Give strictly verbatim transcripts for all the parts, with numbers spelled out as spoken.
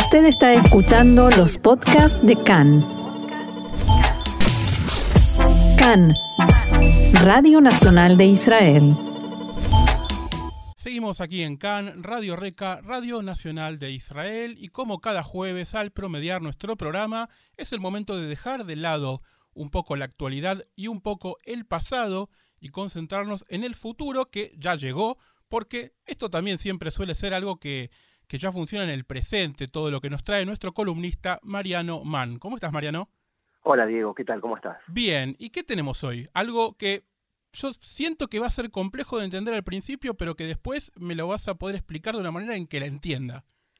Usted está escuchando los podcasts de C A N. C A N, Radio Nacional de Israel. Seguimos aquí en C A N, Radio Reca, Radio Nacional de Israel, y como cada jueves al promediar nuestro programa, es el momento de dejar de lado un poco la actualidad y un poco el pasado y concentrarnos en el futuro que ya llegó, porque esto también siempre suele ser algo que, que ya funciona en el presente, todo lo que nos trae nuestro columnista Mariano Mann. ¿Cómo estás, Mariano? Hola, Diego, ¿qué tal? ¿Cómo estás? Bien, ¿y qué tenemos hoy? Algo que yo siento que va a ser complejo de entender al principio, pero que después me lo vas a poder explicar de una manera en que la entienda.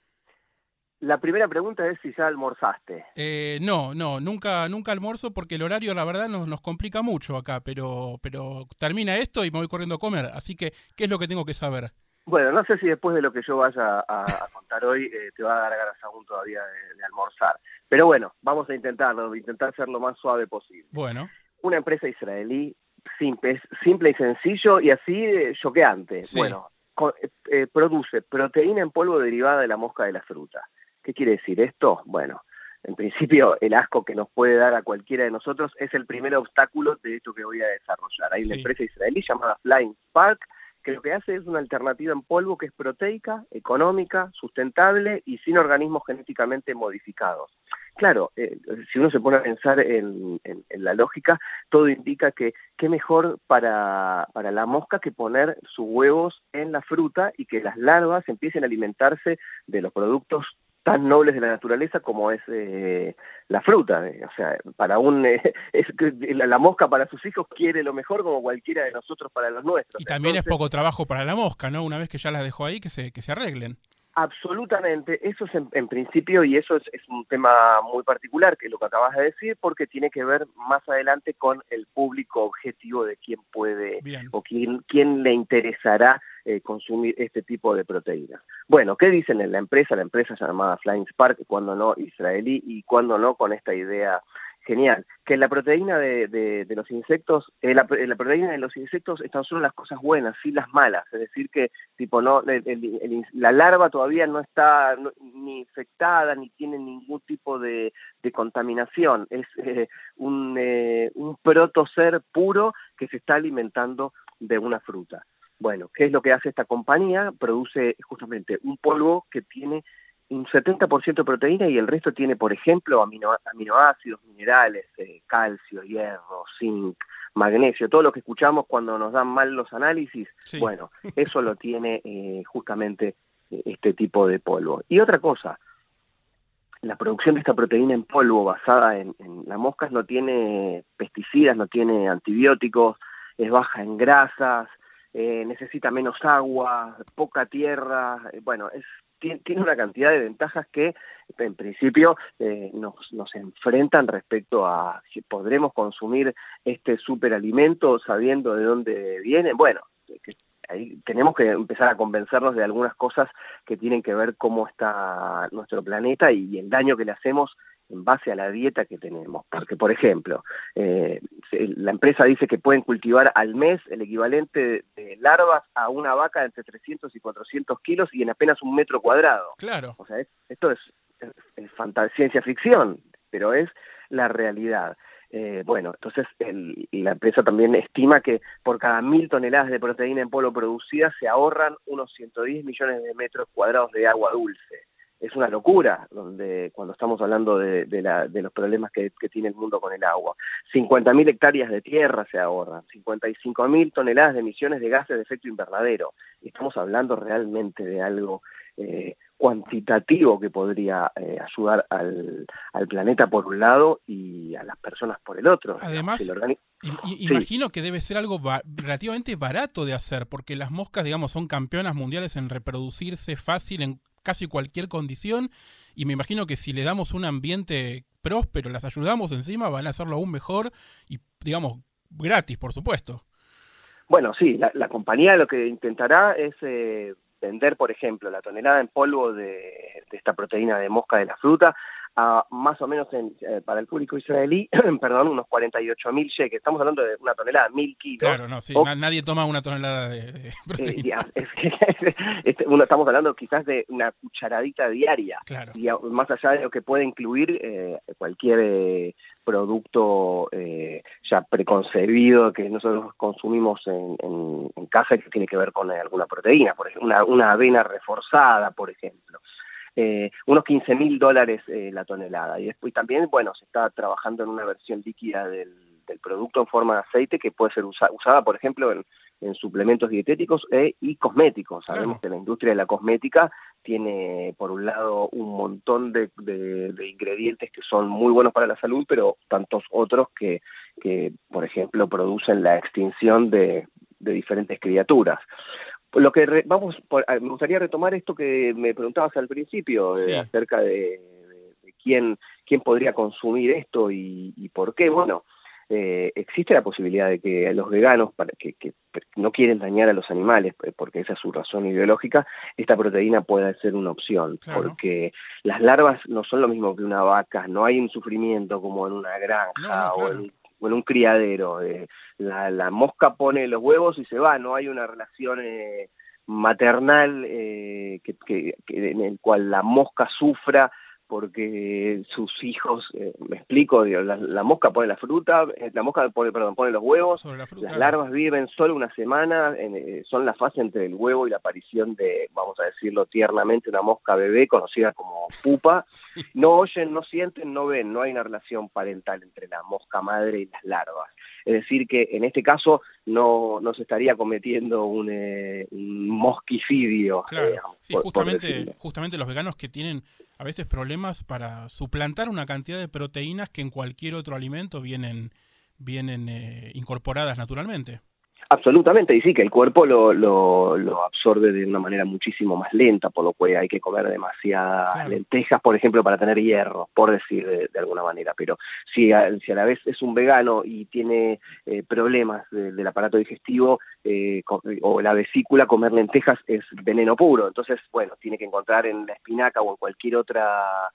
La primera pregunta es si ya almorzaste. Eh, no, no, nunca, nunca almuerzo porque el horario, la verdad, nos, nos complica mucho acá, pero, pero termina esto y me voy corriendo a comer. Así que, ¿qué es lo que tengo que saber? Bueno, no sé si después de lo que yo vaya a, a contar hoy eh, te va a dar ganas aún todavía de, de almorzar. Pero bueno, vamos a intentarlo, intentar ser lo más suave posible. Bueno. Una empresa israelí simple, simple y sencillo y así eh, choqueante. Sí. Bueno, con, eh, produce proteína en polvo derivada de la mosca de la fruta. ¿Qué quiere decir esto? Bueno, en principio el asco que nos puede dar a cualquiera de nosotros es el primer obstáculo de esto que voy a desarrollar. Hay Sí. una empresa israelí llamada Flying Spark que lo que hace es una alternativa en polvo que es proteica, económica, sustentable y sin organismos genéticamente modificados. Claro, eh, si uno se pone a pensar en, en, en la lógica, todo indica que qué mejor para, para la mosca que poner sus huevos en la fruta y que las larvas empiecen a alimentarse de los productos tan nobles de la naturaleza como es eh, la fruta. O sea, para un eh, es la, la mosca para sus hijos quiere lo mejor como cualquiera de nosotros para los nuestros. Y también Entonces, es poco trabajo para la mosca, ¿no? Una vez que ya las dejó ahí, que se, que se arreglen. absolutamente, eso es en, en principio, y eso es, es un tema muy particular, que es lo que acabas de decir, porque tiene que ver más adelante con el público objetivo de quién puede Bien. o quién, quién le interesará eh, consumir este tipo de proteínas. Bueno, ¿qué dicen en la empresa? La empresa llamada Flying Spark, cuando no israelí y cuando no con esta idea genial, que la proteína de, de, de los insectos, eh, la, la proteína de los insectos están solo las cosas buenas, sí las malas, es decir que tipo no el, el, el, la larva todavía no está no, ni infectada ni tiene ningún tipo de, de contaminación, es eh, un, eh, un protoser puro que se está alimentando de una fruta. Bueno, ¿qué es lo que hace esta compañía? Produce justamente un polvo que tiene un setenta por ciento de proteína y el resto tiene, por ejemplo, amino, aminoácidos, minerales, eh, calcio, hierro, zinc, magnesio, todo lo que escuchamos cuando nos dan mal los análisis. Sí. Bueno, eso lo tiene eh, justamente este tipo de polvo. Y otra cosa, la producción de esta proteína en polvo basada en, en las moscas no tiene pesticidas, no tiene antibióticos, es baja en grasas, eh, necesita menos agua, poca tierra, eh, bueno, es tiene una cantidad de ventajas que en principio eh, nos, nos enfrentan respecto a si podremos consumir este superalimento sabiendo de dónde viene. Bueno, que ahí tenemos que empezar a convencernos de algunas cosas que tienen que ver cómo está nuestro planeta y el daño que le hacemos en base a la dieta que tenemos. Porque, por ejemplo, eh, la empresa dice que pueden cultivar al mes el equivalente de larvas a una vaca de entre trescientos y cuatrocientos kilos y en apenas un metro cuadrado. Claro. O sea, es, esto es, es, es fantasía, ciencia ficción, pero es la realidad. Eh, bueno, entonces el, la empresa también estima que por cada mil toneladas de proteína en polvo producida se ahorran unos ciento diez millones de metros cuadrados de agua dulce. Es una locura donde cuando estamos hablando de, de, la, de los problemas que, que tiene el mundo con el agua. cincuenta mil hectáreas de tierra se ahorran, cincuenta y cinco mil toneladas de emisiones de gases de efecto invernadero. Estamos hablando realmente de algo eh, cuantitativo que podría eh, ayudar al, al planeta por un lado y a las personas por el otro. Además, el organi- i- sí. imagino que debe ser algo ba- relativamente barato de hacer, porque las moscas, digamos, son campeonas mundiales en reproducirse fácil en casi cualquier condición, y me imagino que si le damos un ambiente próspero, las ayudamos encima, van a hacerlo aún mejor y, digamos, gratis, por supuesto. Bueno, sí, la, la compañía lo que intentará es eh, vender, por ejemplo, la tonelada en polvo de, de esta proteína de mosca de la fruta a más o menos en, eh, para el público israelí, perdón, unos cuarenta y ocho mil shekels. Estamos hablando de una tonelada, mil kilos. Claro, no, sí, o, nadie toma una tonelada de, de proteína. Eh, es, es, uno, estamos hablando quizás de una cucharadita diaria, claro. Y a, más allá de lo que puede incluir eh, cualquier eh, producto eh, ya preconcebido que nosotros consumimos en, en, en casa, que tiene que ver con alguna proteína, por ejemplo, una, una avena reforzada, por ejemplo. Eh, unos quince mil dólares eh, la tonelada. Y después también, bueno, se está trabajando en una versión líquida del, del producto en forma de aceite que puede ser usa, usada, por ejemplo, en, en suplementos dietéticos e, y cosméticos. Sabemos claro. que la industria de la cosmética tiene, por un lado, un montón de, de, de ingredientes que son muy buenos para la salud, pero tantos otros que, que por ejemplo, producen la extinción de, de diferentes criaturas. Lo que re, vamos, por, me gustaría retomar esto que me preguntabas al principio, sí. eh, acerca de, de, de quién, quién podría consumir esto y, y por qué. Bueno, eh, existe la posibilidad de que los veganos, para que, que no quieren dañar a los animales, porque esa es su razón ideológica, esta proteína pueda ser una opción, claro. porque las larvas no son lo mismo que una vaca, no hay un sufrimiento como en una granja no, no, claro. o en o en un criadero. Eh, la, la mosca pone los huevos y se va, no hay una relación eh, maternal eh, que, que, que en el cual la mosca sufra porque sus hijos, eh, me explico, digo, la, la mosca pone la fruta, eh, la mosca pone, perdón, pone los huevos, fruta, las larvas viven solo una semana, en, eh, son la fase entre el huevo y la aparición de, vamos a decirlo tiernamente, una mosca bebé conocida como pupa. Sí. No oyen, no sienten, no ven, no hay una relación parental entre la mosca madre y las larvas. Es decir que en este caso no, no se estaría cometiendo un, eh, un mosquicidio. Claro, eh, sí, por, justamente, por justamente los veganos que tienen a veces problemas para suplantar una cantidad de proteínas que en cualquier otro alimento vienen, vienen eh, incorporadas naturalmente. Absolutamente, y sí, que el cuerpo lo, lo, lo absorbe de una manera muchísimo más lenta, por lo cual hay que comer demasiadas claro. lentejas, por ejemplo, para tener hierro, por decir de, de alguna manera. Pero si a, si a la vez es un vegano y tiene eh, problemas de, del aparato digestivo eh, o la vesícula, comer lentejas es veneno puro. Entonces, bueno, tiene que encontrar en la espinaca o en cualquier otra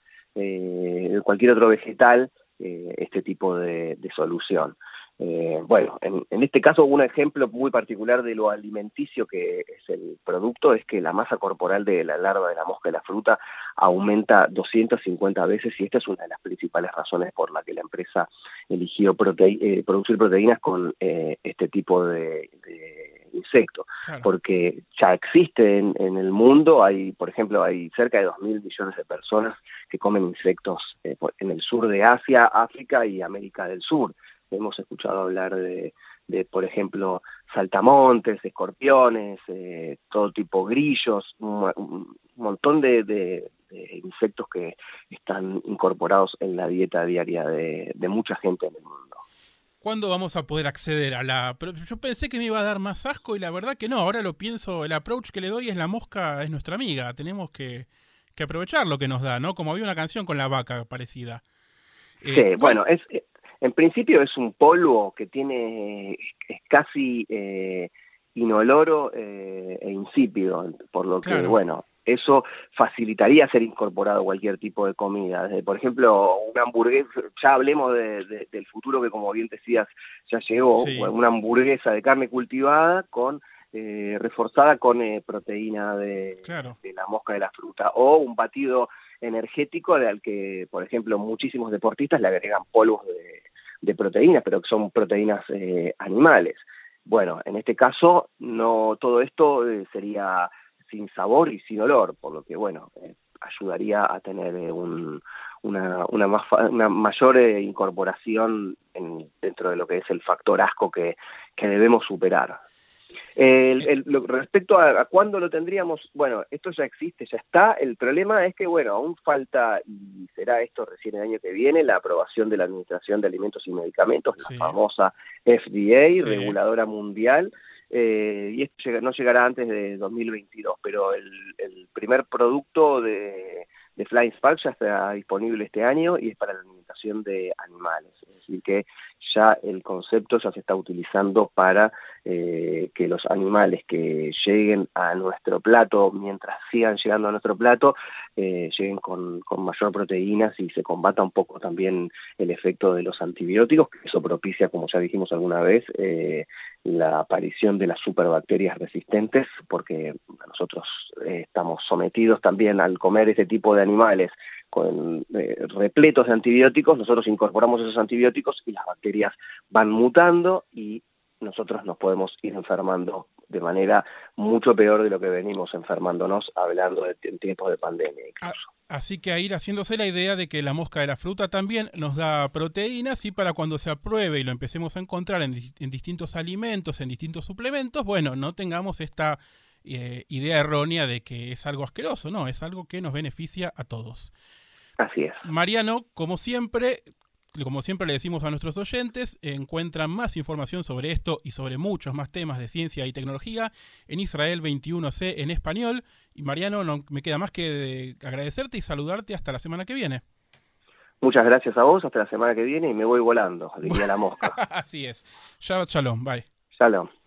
eh, cualquier otro vegetal eh, este tipo de, de solución. Eh, bueno, en, en este caso un ejemplo muy particular de lo alimenticio que es el producto es que la masa corporal de la larva de la mosca de la fruta aumenta doscientas cincuenta veces y esta es una de las principales razones por la que la empresa eligió prote eh, producir proteínas con eh, este tipo de, de insecto, claro. porque ya existe en, en el mundo, hay por ejemplo hay cerca de dos mil millones de personas que comen insectos eh, en el sur de Asia, África y América del Sur. Hemos escuchado hablar de, de, por ejemplo, saltamontes, escorpiones, eh, todo tipo grillos, un, un montón de, de, de insectos que están incorporados en la dieta diaria de, de mucha gente en el mundo. ¿Cuándo vamos a poder acceder a la...? Pero yo pensé que me iba a dar más asco y la verdad que no, ahora lo pienso, el approach que le doy es la mosca es nuestra amiga, tenemos que, que aprovechar lo que nos da, ¿no? Como había una canción con la vaca parecida. Eh, sí, bueno, es... En principio es un polvo que tiene, es casi eh, inoloro eh, e insípido, por lo que, claro. bueno, eso facilitaría ser incorporado a cualquier tipo de comida. Desde, por ejemplo, una hamburguesa, ya hablemos de, de, del futuro que como bien decías ya llegó, sí. una hamburguesa de carne cultivada con eh, reforzada con eh, proteína de, claro. de la mosca de la fruta, o un batido energético al que, por ejemplo, muchísimos deportistas le agregan polvos de de proteínas, pero que son proteínas eh, animales. Bueno, en este caso, no todo esto eh, sería sin sabor y sin olor, por lo que, bueno, eh, ayudaría a tener eh, un, una, una, más, una mayor eh, incorporación en, dentro de lo que es el factor asco que, que debemos superar. El, el, lo, respecto a, a cuándo lo tendríamos, bueno, esto ya existe, ya está. El problema es que, bueno, aún falta, y será esto recién el año que viene, la aprobación de la Administración de Alimentos y Medicamentos, sí. la famosa F D A, sí. reguladora mundial, eh, y esto llega, no llegará antes de dos mil veintidós, pero el, el primer producto de, de Flying Spark ya está disponible este año y es para la alimentación de animales, es decir que ya el concepto ya se está utilizando para eh, que los animales que lleguen a nuestro plato, mientras sigan llegando a nuestro plato, eh, lleguen con, con mayor proteínas y se combata un poco también el efecto de los antibióticos, que eso propicia, como ya dijimos alguna vez, eh, la aparición de las superbacterias resistentes, porque nosotros eh, estamos sometidos también al comer este tipo de animales con eh, repletos de antibióticos. Nosotros incorporamos esos antibióticos y las bacterias van mutando y nosotros nos podemos ir enfermando de manera mucho peor de lo que venimos enfermándonos, hablando de en tiempos de pandemia incluso. Así que a ir haciéndose la idea de que la mosca de la fruta también nos da proteínas, y para cuando se apruebe y lo empecemos a encontrar en, en distintos alimentos, en distintos suplementos, bueno, no tengamos esta eh, idea errónea de que es algo asqueroso. No, es algo que nos beneficia a todos. Así es. Mariano, como siempre, como siempre le decimos a nuestros oyentes, encuentran más información sobre esto y sobre muchos más temas de ciencia y tecnología en Israel veintiuno ce en español. Y Mariano, no me queda más que agradecerte y saludarte hasta la semana que viene. Muchas gracias a vos, hasta la semana que viene, y me voy volando, diría la mosca. Así es. Shabbat shalom, bye. Shalom.